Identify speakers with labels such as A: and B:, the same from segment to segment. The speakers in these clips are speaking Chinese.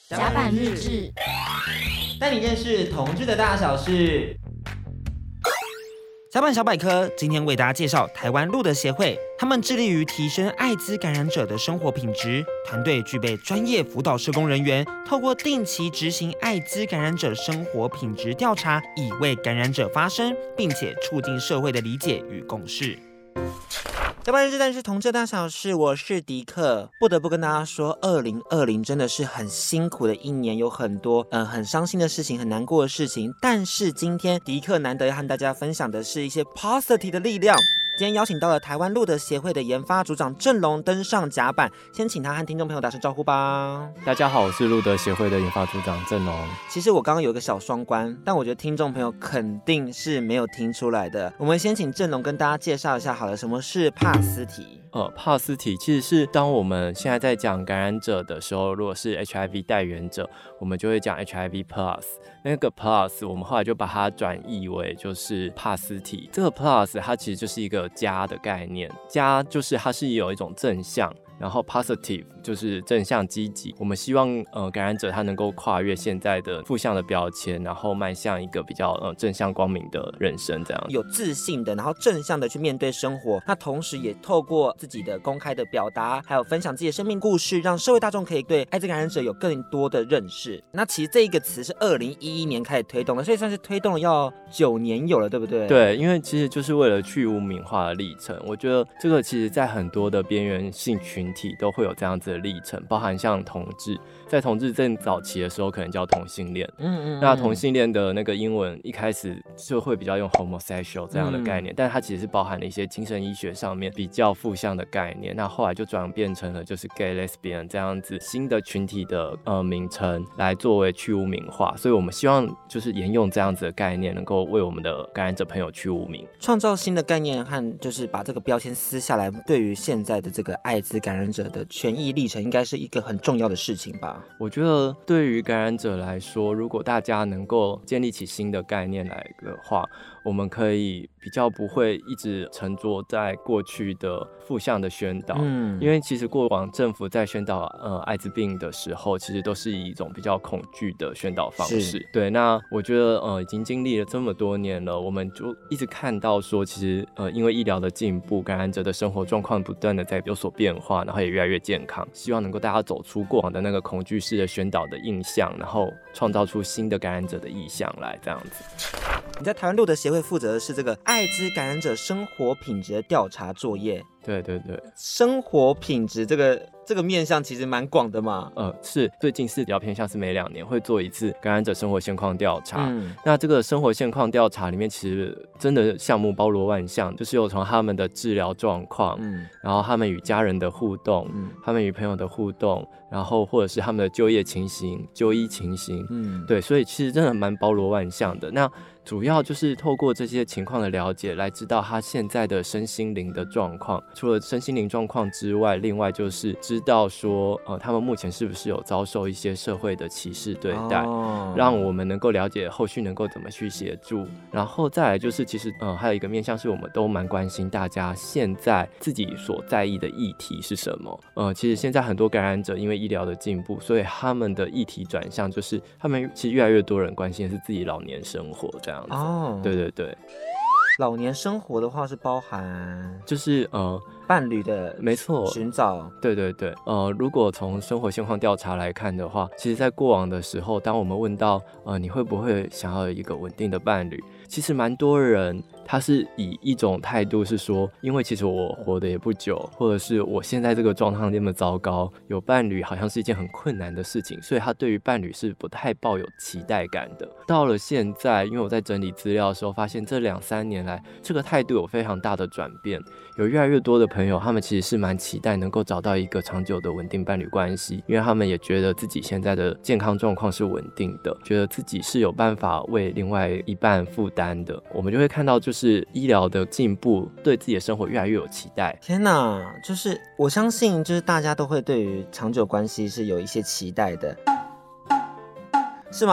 A: 甲板日志，
B: 带你认识同志的大小事。甲板小百科今天为大家介绍台湾路德协会，他们致力于提升艾滋感染者的生活品质，团队具备专业辅导社工人员，透过定期执行艾滋感染者生活品质调查，以为感染者发声，并且促进社会的理解与共识。甲板日志，但是同志大小事，我是迪克。不得不跟大家说，2020真的是很辛苦的一年，有很多很伤心的事情，很难过的事情。但是今天迪克难得要和大家分享的是一些 positive 的力量。今天邀请到了台湾路德协会的研发组长郑龙登上甲板，先请他和听众朋友打声招呼吧。
C: 大家好，我是路德协会的研发组长郑龙。
B: 其实我刚刚有一个小双关，但我觉得听众朋友肯定是没有听出来的。我们先请郑龙跟大家介绍一下好了，什么是帕斯提？
C: 帕斯提其实是当我们现在在讲感染者的时候，如果是 HIV 带原者，我们就会讲 HIV Plus。那个 Plus 我们后来就把它转译为就是帕斯提。这个 Plus 它其实就是一个加的概念，加就是它是有一种正向。然后 positive 就是正向积极，我们希望感染者他能够跨越现在的负向的标签，然后迈向一个比较正向光明的人生，这样
B: 有自信的，然后正向的去面对生活。那同时也透过自己的公开的表达，还有分享自己的生命故事，让社会大众可以对艾滋感染者有更多的认识。那其实这一个词是2011年开始推动的，所以算是推动了要9年有了，对不对？
C: 对，因为其实就是为了去污名化的历程。我觉得这个其实在很多的边缘性群体都会有这样子的历程，包含像同志，在同志正早期的时候可能叫同性恋，那同性恋的那个英文一开始就会比较用 homosexual 这样的概念，但它其实是包含了一些精神医学上面比较负向的概念，那后来就转变成了就是 gay lesbian 这样子新的群体的名称来作为去污名化，所以我们希望就是沿用这样子的概念，能够为我们的感染者朋友去污名，
B: 创造新的概念和就是把这个标签撕下来，对于现在的这个艾滋感染者的权益历程应该是一个很重要的事情吧。
C: 我觉得对于感染者来说，如果大家能够建立起新的概念来的话，我们可以比较不会一直沉着在过去的负向的宣导，因为其实过往政府在宣导艾滋病的时候，其实都是以一种比较恐惧的宣导方式。对，那我觉得已经经历了这么多年了，我们就一直看到说，其实因为医疗的进步，感染者的生活状况不断的在有所变化，然后也越来越健康。希望能够大家走出过往的那个恐惧式的宣导的印象，然后创造出新的感染者的意象来，这样子。
B: 你在台湾路德协会负责的是这个艾滋感染者生活品质的调查作业。
C: 对对对，
B: 生活品质这个面向其实蛮广的嘛。
C: 是最近是比较偏向是每2年会做一次感染者生活现况调查。那这个生活现况调查里面，其实真的项目包罗万象，就是有从他们的治疗状况，然后他们与家人的互动，他们与朋友的互动，然后或者是他们的就业情形、就医情形，对，所以其实真的蛮包罗万象的。那主要就是透过这些情况的了解，来知道他现在的身心灵的状况。除了身心灵状况之外，另外就是知道说，他们目前是不是有遭受一些社会的歧视对待，让我们能够了解后续能够怎么去协助。然后再来就是，其实还有一个面向是我们都蛮关心大家现在自己所在意的议题是什么。其实现在很多感染者因为医疗的进步，所以他们的议题转向就是他们其实越来越多人关心的是自己老年生活这样子。对对对。
B: 老年生活的话是包含
C: 就是
B: 伴侣的
C: 没错
B: 寻找。
C: 对对对，如果从生活现况调查来看的话，其实在过往的时候，当我们问到你会不会想要有一个稳定的伴侣，其实蛮多人他是以一种态度是说，因为其实我活得也不久，或者是我现在这个状况那么糟糕，有伴侣好像是一件很困难的事情，所以他对于伴侣是不太抱有期待感的。到了现在，因为我在整理资料的时候发现，这2-3年来这个态度有非常大的转变，有越来越多的朋友他们其实是蛮期待能够找到一个长久的稳定伴侣关系，因为他们也觉得自己现在的健康状况是稳定的，觉得自己是有办法为另外一半负担的。我们就会看到就是医疗的进步，对自己的生活越来越有期待。
B: 天哪，就是我相信就是大家都会对于长久关系是有一些期待的，是吗？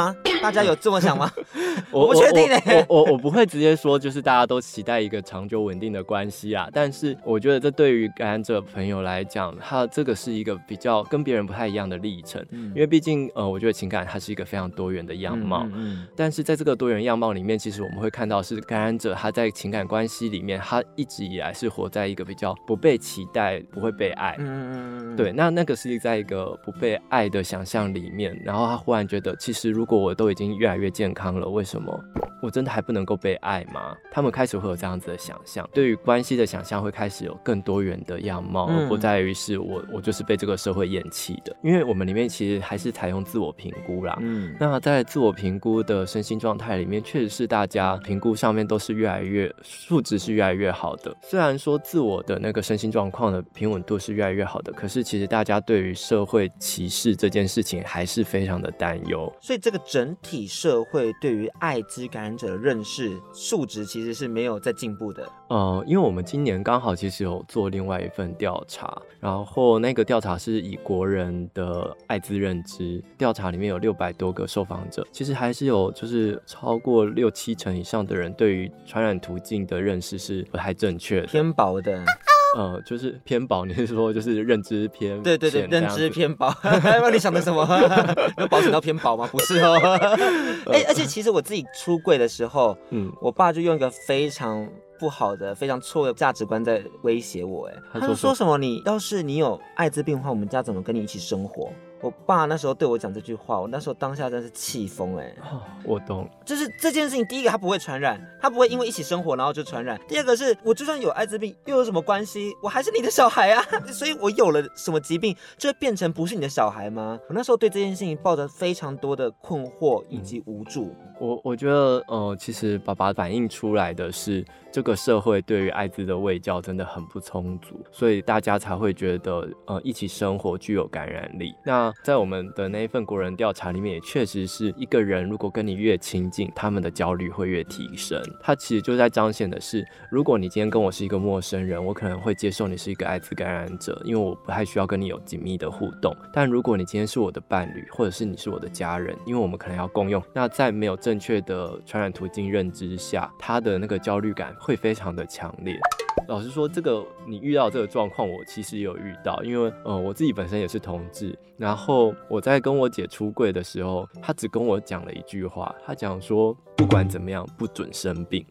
B: 大家有这么想吗？我不确定欸。
C: 我不会直接说就是大家都期待一个长久稳定的关系啊，但是我觉得这对于感染者朋友来讲，他这个是一个比较跟别人不太一样的历程，因为毕竟我觉得情感它是一个非常多元的样貌，但是在这个多元样貌里面，其实我们会看到是感染者他在情感关系里面，他一直以来是活在一个比较不被期待、不会被爱，对，那个是在一个不被爱的想象里面，然后他忽然觉得，其实如果我都已经越来越健康了，为什么我真的还不能够被爱吗？他们开始会有这样子的想象，对于关系的想象会开始有更多元的样貌，而不在于是我就是被这个社会厌弃的。因为我们里面其实还是采用自我评估啦，那在自我评估的身心状态里面，确实是大家评估上面都是数值是越来越好的。虽然说自我的那个身心状况的平稳度是越来越好的，可是其实大家对于社会歧视这件事情还是非常的担忧。
B: 所以这个整体社会对于艾滋感染者的认识数值其实是没有在进步的。
C: 因为我们今年刚好其实有做另外一份调查，然后那个调查是以国人的艾滋认知调查，里面有600多个受访者，其实还是有就是超过6-7成以上的人对于传染途径的认识是不太正确的，
B: 偏薄的。
C: 就是偏薄，你是说就是认知偏
B: 对，认知偏薄。你想的什么？有保险到偏薄吗？不是哦。而且其实我自己出柜的时候，我爸就用一个非常不好的、非常错的价值观在威胁我。他就说什么要是你有艾滋病的话，我们家怎么跟你一起生活？我爸那时候对我讲这句话，我那时候当下真是气疯。
C: 我懂，
B: 就是这件事情，第一个他不会传染，他不会因为一起生活然后就传染。第二个是我就算有艾滋病又有什么关系？我还是你的小孩啊，所以我有了什么疾病就会变成不是你的小孩吗？我那时候对这件事情抱着非常多的困惑以及无助。
C: 我觉得其实爸爸反映出来的是这个社会对于艾滋的卫教真的很不充足，所以大家才会觉得一起生活具有感染力。那在我们的那一份国人调查里面，也确实是一个人如果跟你越亲近，他们的焦虑会越提升。他其实就在彰显的是，如果你今天跟我是一个陌生人，我可能会接受你是一个艾滋感染者，因为我不太需要跟你有紧密的互动。但如果你今天是我的伴侣，或者是你是我的家人，因为我们可能要共用，那在没有正确的传染途径认知下，他的那个焦虑感会非常的强烈。老实说，这个你遇到这个状况，我其实也有遇到，因为我自己本身也是同志，然后我在跟我姐出柜的时候，她只跟我讲了一句话，她讲说不管怎么样不准生病。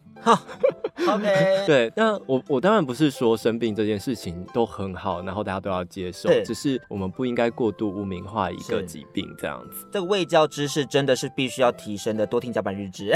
B: OK，
C: 对，那我当然不是说生病这件事情都很好，然后大家都要接受，只是我们不应该过度污名化一个疾病这样子。
B: 这个卫教知识真的是必须要提升的，多听甲板日志。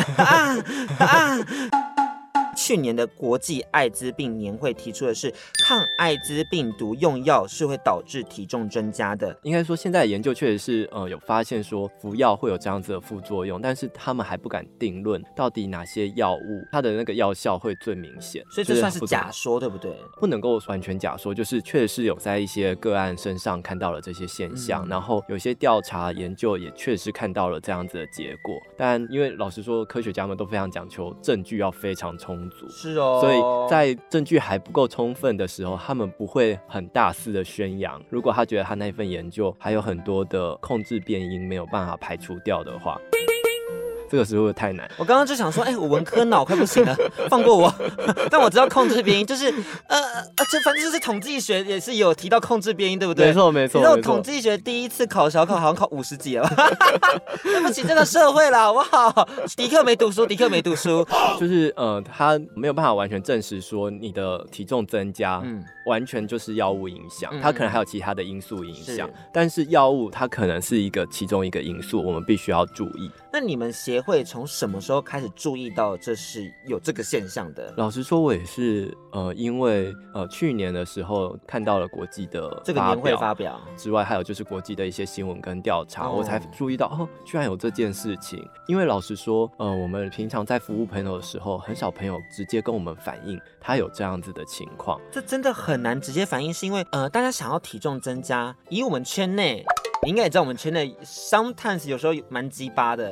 B: 去年的国际艾滋病年会提出的是，抗艾滋病毒用药是会导致体重增加的。
C: 应该说，现在的研究确实是有发现说服药会有这样子的副作用，但是他们还不敢定论到底哪些药物它的那个药效会最明显。
B: 所以这算是假说，对不对？
C: 不能够完全假说，就是确实是有在一些个案身上看到了这些现象，然后有些调查研究也确实看到了这样子的结果。但因为老实说，科学家们都非常讲求证据要非常充足，
B: 是哦，
C: 所以在证据还不够充分的时候，他们不会很大肆的宣扬。如果他觉得他那份研究还有很多的控制变因没有办法排除掉的话，这个是不是太难？
B: 我刚刚就想说，我文科脑快不行了，放过我。但我知道控制变因，就是这反正就是统计学也是有提到控制变因，对不对？
C: 没错。你知道
B: 统计学第一次考小考好像考50几了吧？对不起这个社会啦，好不好？迪克没读书。
C: 就是他没有办法完全证实说你的体重增加，完全就是药物影响，它可能还有其他的因素影响，但是药物它可能是其中一个因素，我们必须要注意。
B: 那你们协会从什么时候开始注意到这是有这个现象的？
C: 老实说，我也是因为去年的时候看到了国际的
B: 这个年会发表
C: 之外，还有就是国际的一些新闻跟调查，我才注意到居然有这件事情。因为老实说，我们平常在服务朋友的时候，很少朋友直接跟我们反映他有这样子的情况。
B: 这真的很难直接反映，是因为大家想要体重增加，以我们圈内。你应该也知道，我们圈内 sometimes 有时候蛮鸡巴的，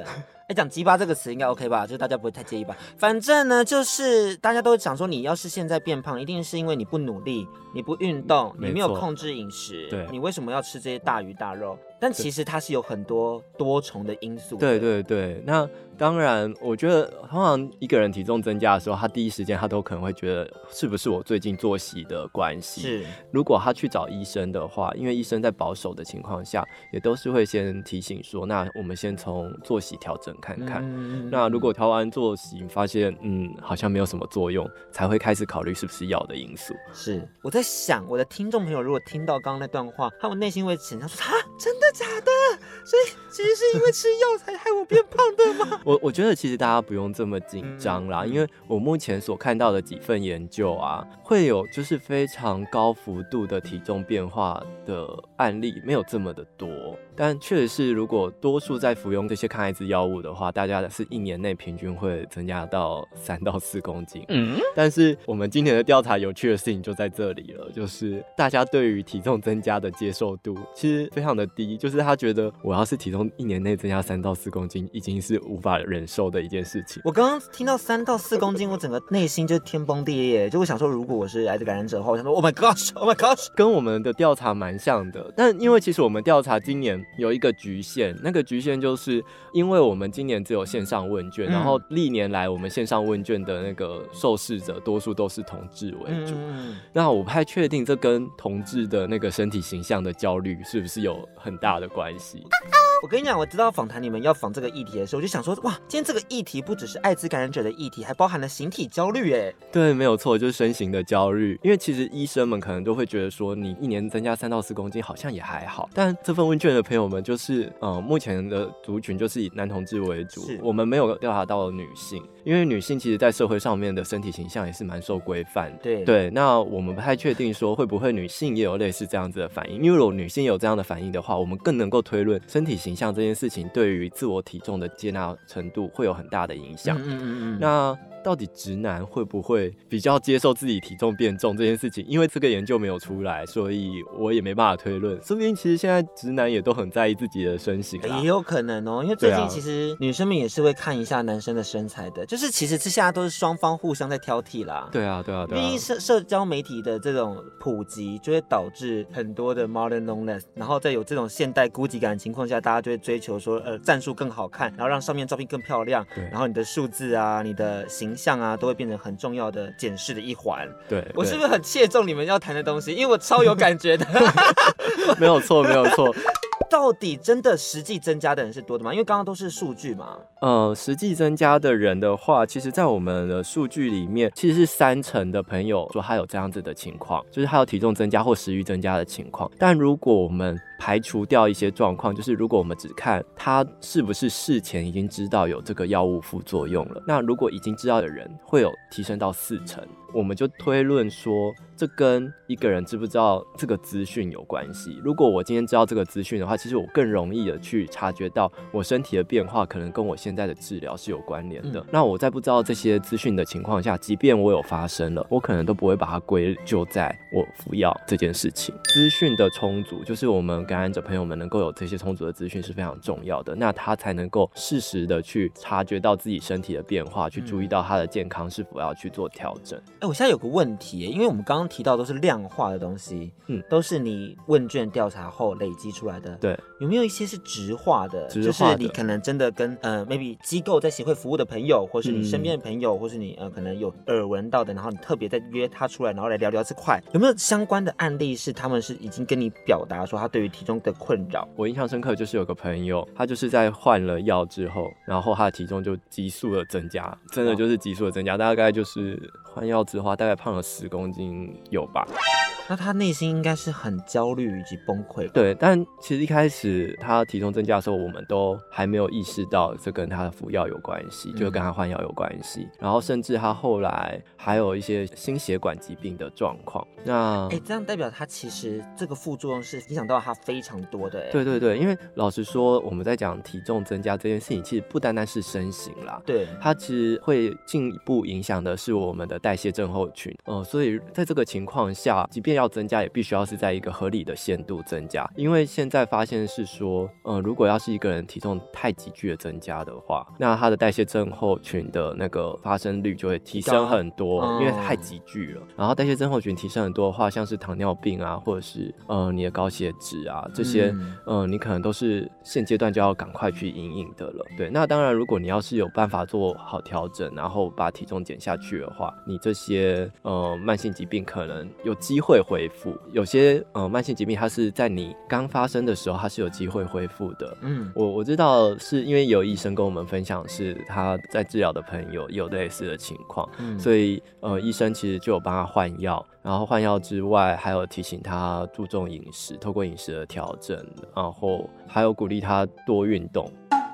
B: 讲鸡巴这个词应该 OK 吧？就是大家不会太介意吧？反正呢，就是大家都想说，你要是现在变胖，一定是因为你不努力，你不运动，你没有控制饮食，
C: 对，
B: 你为什么要吃这些大鱼大肉？但其实它是有很多多重的因素的。
C: 对对对，那当然，我觉得通常一个人体重增加的时候，他第一时间他都可能会觉得是不是我最近作息的关系。
B: 是，
C: 如果他去找医生的话，因为医生在保守的情况下，也都是会先提醒说，那我们先从作息调整看看。那如果调完作息发现好像没有什么作用，才会开始考虑是不是药的因素。
B: 是，我在想我的听众朋友如果听到刚刚那段话，他们内心会想象说，真的假的？所以其实是因为吃药才害我变胖的吗？
C: 我觉得其实大家不用这么紧张啦，因为我目前所看到的几份研究啊，会有就是非常高幅度的体重变化的案例没有这么的多，但确实是如果多数在服用这些抗艾滋药物的话，大家是1年内平均会增加到3到4公斤。但是我们今年的调查有趣的事情就在这里了，就是大家对于体重增加的接受度其实非常的低，就是他觉得我要是体重1年内增加3到4公斤，已经是无法忍受的一件事情。
B: 我刚刚听到3到4公斤，我整个内心就天崩地裂，就会想说，如果我是艾滋感染者的话，我想说 ，Oh my gosh，Oh my gosh，
C: 跟我们的调查蛮像的。但因为其实我们调查今年有一个局限，那个局限就是因为我们今年只有线上问卷，然后历年来我们线上问卷的那个受试者多数都是同志为主。那我不太确定这跟同志的那个身体形象的焦虑是不是有很大的关系。
B: 我跟你讲，我知道访谈你们要访这个议题的时候，我就想说，哇，今天这个议题不只是艾滋感染者的议题，还包含了形体焦虑耶。
C: 对，没有错，就是身形的焦虑。因为其实医生们可能都会觉得说，你1年增加3到4公斤好像也还好。但这份问卷的朋友们就是目前的族群就是以男同志为主，我们没有调查到女性，因为女性其实在社会上面的身体形象也是蛮受规范的。对，那我们不太确定说会不会女性也有类似这样子的反应，因为如果女性有这样的反应的话，我们更能够推论身体形象这件事情对于自我体重的接纳程度会有很大的影响。那到底直男会不会比较接受自己体重变重这件事情？因为这个研究没有出来，所以我也没办法推论。说不定其实现在直男也都很在意自己的身形啦，
B: 也有可能哦。因为最近其实女生们也是会看一下男生的身材的，就是其实这现在都是双方互相在挑剔啦。
C: 对啊。
B: 因为社交媒体的这种普及，就会导致很多的 modern loneliness， 然后在有这种现代孤寂感的情况下，大家就会追求说战术更好看，然后让上面照片更漂亮，然后你的数字啊、你的形象啊，都会变成很重要的检视的一环。
C: 对，
B: 我是不是很切中你们要谈的东西？因为我超有感觉的。
C: 没有错。
B: 到底真的实际增加的人是多的吗？因为刚刚都是数据嘛。
C: 实际增加的人的话，其实在我们的数据里面，其实是3成的朋友说他有这样子的情况，就是他有体重增加或食欲增加的情况。但如果我们排除掉一些状况，就是如果我们只看他是不是事前已经知道有这个药物副作用了，那如果已经知道的人会有提升到4成，我们就推论说这跟一个人知不知道这个资讯有关系。如果我今天知道这个资讯的话，其实我更容易的去察觉到我身体的变化可能跟我现在的治疗是有关联的。那我在不知道这些资讯的情况下，即便我有发生了，我可能都不会把它归咎在我服药这件事情。资讯的充足，就是我们感染者朋友们能够有这些充足的资讯是非常重要的，那他才能够适时的去察觉到自己身体的变化，去注意到他的健康是否要去做调整。
B: 我现在有个问题，因为我们刚刚提到都是量化的东西，都是你问卷调查后累积出来的。
C: 对，
B: 有没有一些是质化的？就是你可能真的跟maybe 机构在协会服务的朋友，或是你身边的朋友，或是你可能有耳闻到的，然后你特别再约他出来，然后来聊聊这块，有没有相关的案例是他们是已经跟你表达说他对于体重的困扰？
C: 我印象深刻就是有个朋友，他就是在换了药之后，然后他的体重就急速的增加，真的就是急速的增加，大概就是换药之后大概胖了10公斤有吧。
B: 那他内心应该是很焦虑以及崩溃吧？
C: 对，但其实一开始他体重增加的时候，我们都还没有意识到这跟他的服药有关系，就跟他换药有关系。然后甚至他后来还有一些心血管疾病的状况。那
B: 这样代表他其实这个副作用是影响到他非常多的。
C: 对，因为老实说，我们在讲体重增加这件事情，其实不单单是身形啦，
B: 对，
C: 它其实会进一步影响的是我们的代谢症候群。所以在这个情况下，即便便要增加，也必须要是在一个合理的限度增加。因为现在发现是说，如果要是一个人体重太急剧的增加的话，那他的代谢症候群的那个发生率就会提升很多，因为太急剧了。然后代谢症候群提升很多的话，像是糖尿病啊，或者是你的高血脂啊，这些你可能都是现阶段就要赶快去因应的了。对，那当然，如果你要是有办法做好调整，然后把体重减下去的话，你这些慢性疾病可能有机会恢复。有些慢性疾病它是在你刚发生的时候它是有机会恢复的。我知道是因为有医生跟我们分享是他在治疗的朋友有类似的情况，所以医生其实就有帮他换药，然后换药之外还有提醒他注重饮食，透过饮食的调整，然后还有鼓励他多运动。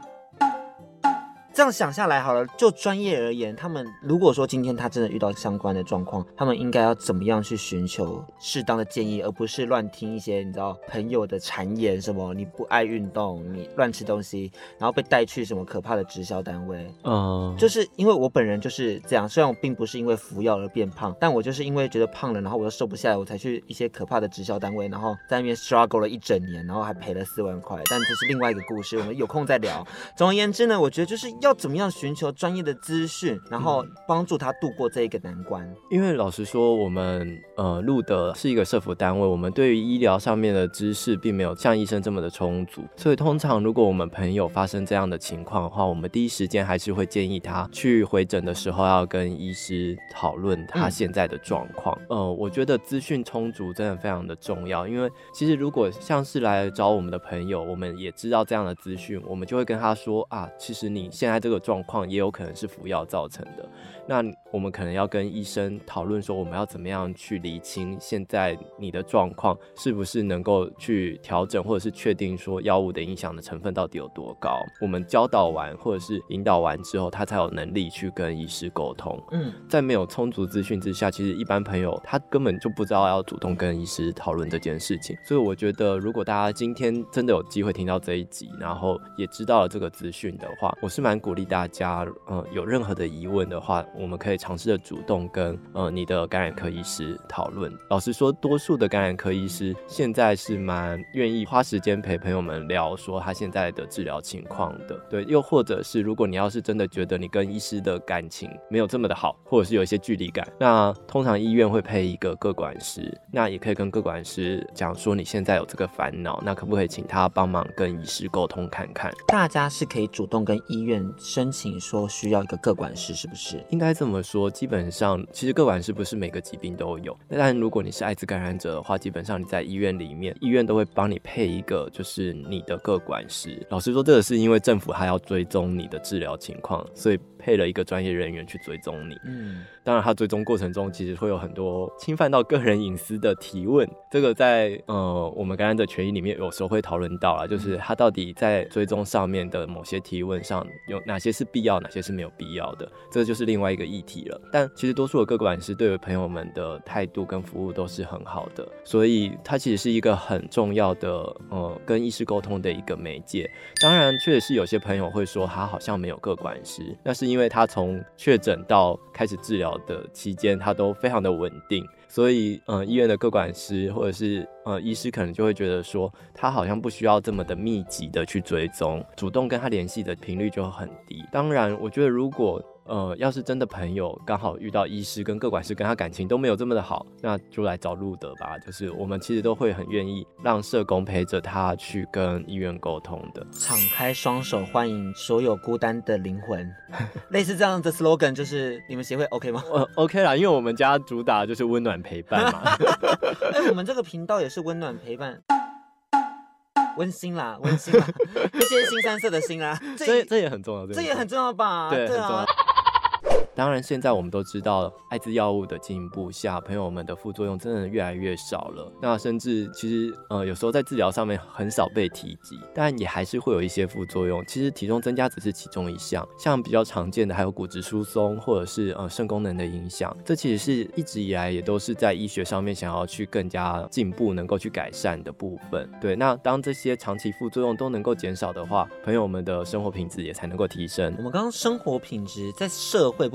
B: 这样想下来好了，就专业而言，他们如果说今天他真的遇到相关的状况，他们应该要怎么样去寻求适当的建议，而不是乱听一些你知道朋友的谗言，什么你不爱运动，你乱吃东西，然后被带去什么可怕的直销单位。就是因为我本人就是这样，虽然我并不是因为服药而变胖，但我就是因为觉得胖了，然后我又瘦不下来，我才去一些可怕的直销单位，然后在那边 struggle 了1整年，然后还赔了4万块。但这是另外一个故事，我们有空再聊。总而言之呢，我觉得就是要怎么样寻求专业的资讯，然后帮助他度过这一个难关。
C: 因为老实说，我们录的是一个社福单位，我们对于医疗上面的知识并没有像医生这么的充足，所以通常如果我们朋友发生这样的情况的话，我们第一时间还是会建议他去回诊的时候要跟医师讨论他现在的状况。我觉得资讯充足真的非常的重要，因为其实如果像是来找我们的朋友，我们也知道这样的资讯，我们就会跟他说啊，其实你现在这个状况也有可能是服药造成的，那我们可能要跟医生讨论说我们要怎么样去厘清现在你的状况是不是能够去调整，或者是确定说药物的影响的成分到底有多高。我们教导完或者是引导完之后，他才有能力去跟医师沟通。在没有充足资讯之下，其实一般朋友他根本就不知道要主动跟医师讨论这件事情。所以我觉得如果大家今天真的有机会听到这一集，然后也知道了这个资讯的话，我是蛮鼓励大家有任何的疑问的话，我们可以尝试着主动跟你的感染科医师讨论。老实说，多数的感染科医师现在是蛮愿意花时间陪朋友们聊说他现在的治疗情况的。对，又或者是如果你要是真的觉得你跟医师的感情没有这么的好，或者是有一些距离感，那通常医院会配一个个管师，那也可以跟个管师讲说你现在有这个烦恼，那可不可以请他帮忙跟医师沟通看看。
B: 大家是可以主动跟医院申请说需要一个个管师，是不是？
C: 应该这么说，基本上其实个管师不是每个疾病都有，但如果你是艾滋感染者的话，基本上你在医院里面，医院都会帮你配一个就是你的个管师。老实说，这个是因为政府还要追踪你的治疗情况，所以配了一个专业人员去追踪你。当然他追踪过程中其实会有很多侵犯到个人隐私的提问，这个在我们感染者权益里面有时候会讨论到啦，就是他到底在追踪上面的某些提问上有哪些是必要，哪些是没有必要的，这就是另外一个议题了。但其实多数的个管师对于朋友们的态度跟服务都是很好的，所以它其实是一个很重要的跟医师沟通的一个媒介。当然确实是有些朋友会说他好像没有个管师，那是因为他从确诊到开始治疗的期间他都非常的稳定，所以医院的个管师或者是医师可能就会觉得说他好像不需要这么的密集的去追踪，主动跟他联系的频率就很低。当然我觉得如果要是真的朋友刚好遇到医师跟个管师跟他感情都没有这么的好，那就来找路德吧，就是我们其实都会很愿意让社工陪着他去跟医院沟通的，
B: 敞开双手欢迎所有孤单的灵魂类似这样的 slogan， 就是你们协会 OK 吗
C: ？OK 啦，因为我们家主打就是温暖陪伴嘛
B: 我们这个频道也是温暖陪伴，温馨啦，温馨啦，一些新三色的心啦，
C: 这也很重要，
B: 这也很重要吧？
C: 对，
B: 对啊，
C: 很重要。当然现在我们都知道艾滋药物的进步下，朋友们的副作用真的越来越少了，那甚至其实有时候在治疗上面很少被提及，但也还是会有一些副作用。其实体重增加只是其中一项，像比较常见的还有骨质疏松或者是肾功能的影响，这其实是一直以来也都是在医学上面想要去更加进步能够去改善的部分。对，那当这些长期副作用都能够减少的话，朋友们的生活品质也才能够提升。
B: 我们刚刚生活品质在社会部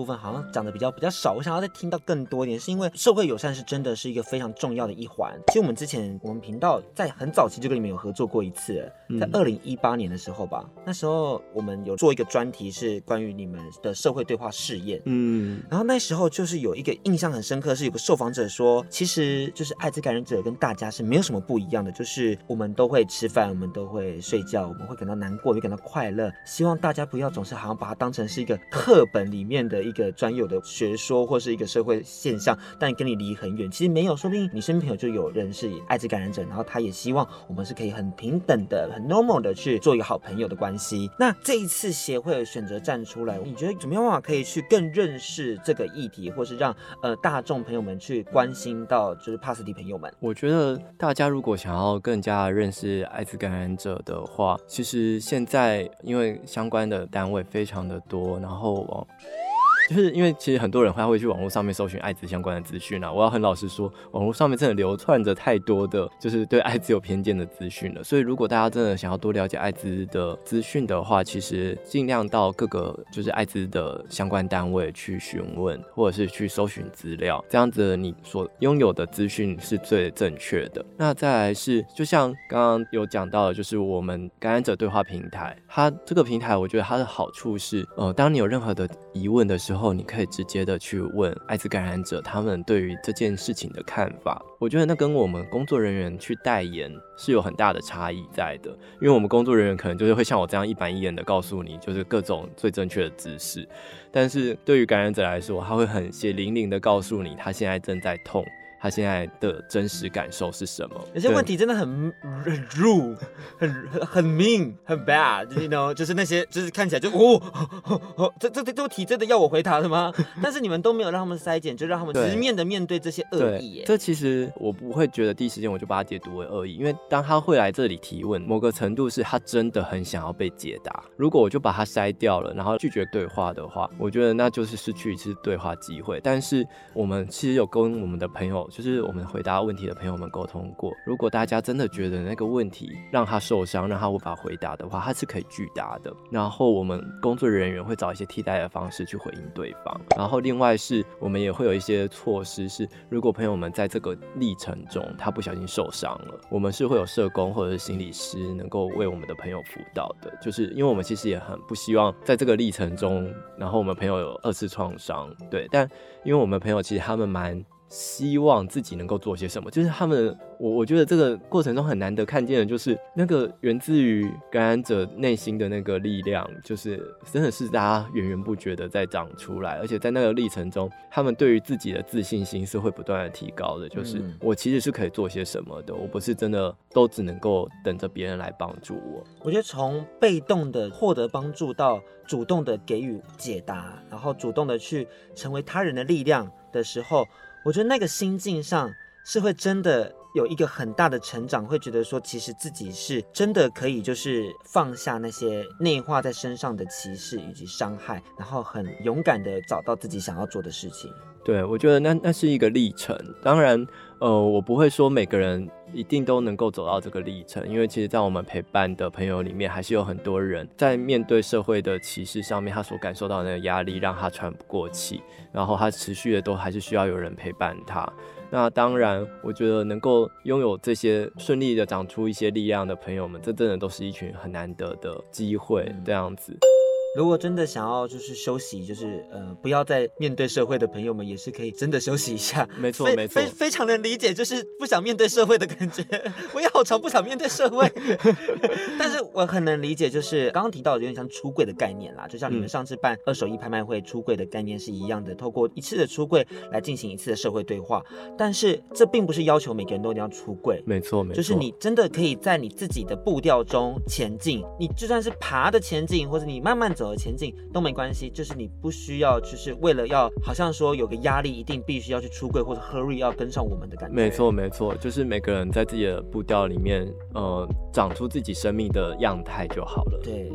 B: 分好像讲的比较少，我想要再听到更多一点，是因为社会友善是真的是一个非常重要的一环。其实我们之前我们频道在很早期就跟你们有合作过一次，在2018年的时候吧，那时候我们有做一个专题是关于你们的社会对话试验，然后那时候就是有一个印象很深刻，是有个受访者说，其实就是艾滋感染者跟大家是没有什么不一样的，就是我们都会吃饭，我们都会睡觉，我们会感到难过，会感到快乐，希望大家不要总是好像把它当成是一个课本里面的一个专有的学说或是一个社会现象，但跟你离很远。其实没有，说不定你身边朋友就有人是艾滋感染者，然后他也希望我们是可以很平等的、很 normal 的去做一个好朋友的关系。那这一次协会选择站出来，你觉得怎么样办法可以去更认识这个议题，或是让大众朋友们去关心到就是帕斯蒂朋友们？
C: 我觉得大家如果想要更加认识艾滋感染者的话，其实现在因为相关的单位非常的多，然后就是因为其实很多人会去网络上面搜寻艾滋相关的资讯啊，我要很老实说，网络上面真的流窜着太多的就是对艾滋有偏见的资讯了，所以如果大家真的想要多了解艾滋的资讯的话，其实尽量到各个就是艾滋的相关单位去询问，或者是去搜寻资料，这样子你所拥有的资讯是最正确的。那再来是就像刚刚有讲到的，就是我们感染者对话平台，它这个平台我觉得它的好处是当你有任何的疑问的时候，你可以直接的去问艾滋感染者他们对于这件事情的看法。我觉得那跟我们工作人员去代言是有很大的差异在的，因为我们工作人员可能就是会像我这样一板一眼的告诉你就是各种最正确的知识，但是对于感染者来说，他会很血淋淋的告诉你他现在正在痛，他现在的真实感受是什么。
B: 有些问题真的很 rude， 很 mean， 很 bad， you know， 就是那些就是看起来就这题真的要我回答的吗？但是你们都没有让他们筛检，就让他们直面的面对这些恶意耶。
C: 这其实我不会觉得第一时间我就把它解读为恶意，因为当他会来这里提问，某个程度是他真的很想要被解答。如果我就把他筛掉了，然后拒绝对话的话，我觉得那就是失去一次对话机会。但是我们其实有跟我们的朋友，就是我们回答问题的朋友们沟通过，如果大家真的觉得那个问题让他受伤，让他无法回答的话，他是可以拒答的，然后我们工作人员会找一些替代的方式去回应对方。然后另外是我们也会有一些措施，是如果朋友们在这个历程中他不小心受伤了，我们是会有社工或者是心理师能够为我们的朋友辅导的，就是因为我们其实也很不希望在这个历程中，然后我们朋友有二次创伤，对，但因为我们朋友其实他们蛮希望自己能够做些什么，就是他们我觉得这个过程中很难得看见的就是那个源自于感染者内心的那个力量，就是真的是大家源源不绝的在长出来，而且在那个历程中他们对于自己的自信心是会不断的提高的，就是我其实是可以做些什么的，我不是真的都只能够等着别人来帮助我。
B: 我觉得从被动的获得帮助到主动的给予解答，然后主动的去成为他人的力量的时候，我觉得那个心境上是会真的有一个很大的成长，会觉得说其实自己是真的可以就是放下那些内化在身上的歧视以及伤害，然后很勇敢的找到自己想要做的事情。
C: 对，我觉得那是一个历程。当然我不会说每个人一定都能够走到这个历程，因为其实在我们陪伴的朋友里面还是有很多人在面对社会的歧视上面，他所感受到的那个压力让他喘不过气，然后他持续的都还是需要有人陪伴他。那当然我觉得能够拥有这些顺利的长出一些力量的朋友们，这真的都是一群很难得的机会，这样子。
B: 如果真的想要就是休息，就是不要再面对社会的朋友们，也是可以真的休息一下。
C: 没错没错，
B: 非常能理解，就是不想面对社会的感觉。我也好常不想面对社会，但是我很能理解，就是刚刚提到的有点像出柜的概念啦，就像你们上次办二手衣拍卖会出柜的概念是一样的，透过一次的出柜来进行一次的社会对话。但是这并不是要求每个人都一定要出柜，
C: 没错没错，
B: 就是你真的可以在你自己的步调中前进，你就算是爬的前进，或者你慢慢走的前进都没关系，就是你不需要就是为了要好像说有个压力一定必须要去出柜或者 hurry 要跟上我们的感觉。
C: 没错没错，就是每个人在自己的步调里面长出自己生命的样态就好了。
B: 对。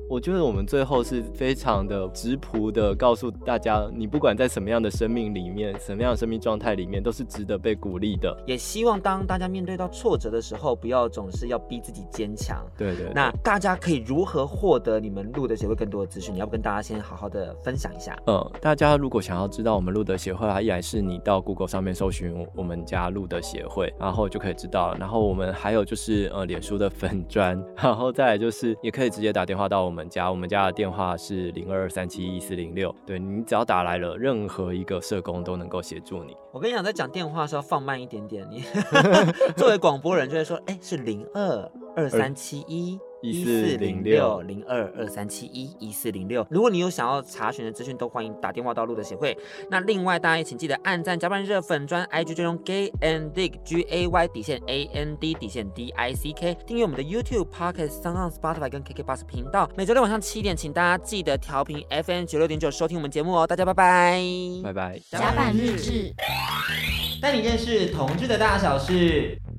C: 我觉得我们最后是非常的直朴的告诉大家，你不管在什么样的生命里面，什么样的生命状态里面，都是值得被鼓励的。
B: 也希望当大家面对到挫折的时候，不要总是要逼自己坚强。
C: 对。
B: 那大家可以如何获得你们路德协会更多的资讯？你要不跟大家先好好的分享一下？
C: 大家如果想要知道我们路德协会啊，一来是你到 Google 上面搜寻我们家路德协会，然后就可以知道了。然后我们还有就是脸书的粉专，然后再来就是也可以直接打电话到我们家的电话是02271406，对，你只要打来了，任何一个社工都能够协助你。
B: 我跟你讲，在讲电话的时候放慢一点点，你作为广播人就会说，是0223711406，0223711406。如果你有想要查询的资讯，都欢迎打电话到路德协会。那另外，大家也请记得按赞、加班热粉专 IG 追踪 Gay and Dick GAY_AND_DICK， 订阅我们的 YouTube、Podcast、SoundOn、Spotify 跟 KKBOX 频道。每周六晚上7点，请大家记得调频 FM96.9收听我们节目哦。大家拜拜，
C: 拜拜。
A: 甲板日志，
B: 带你认识同志的大小事。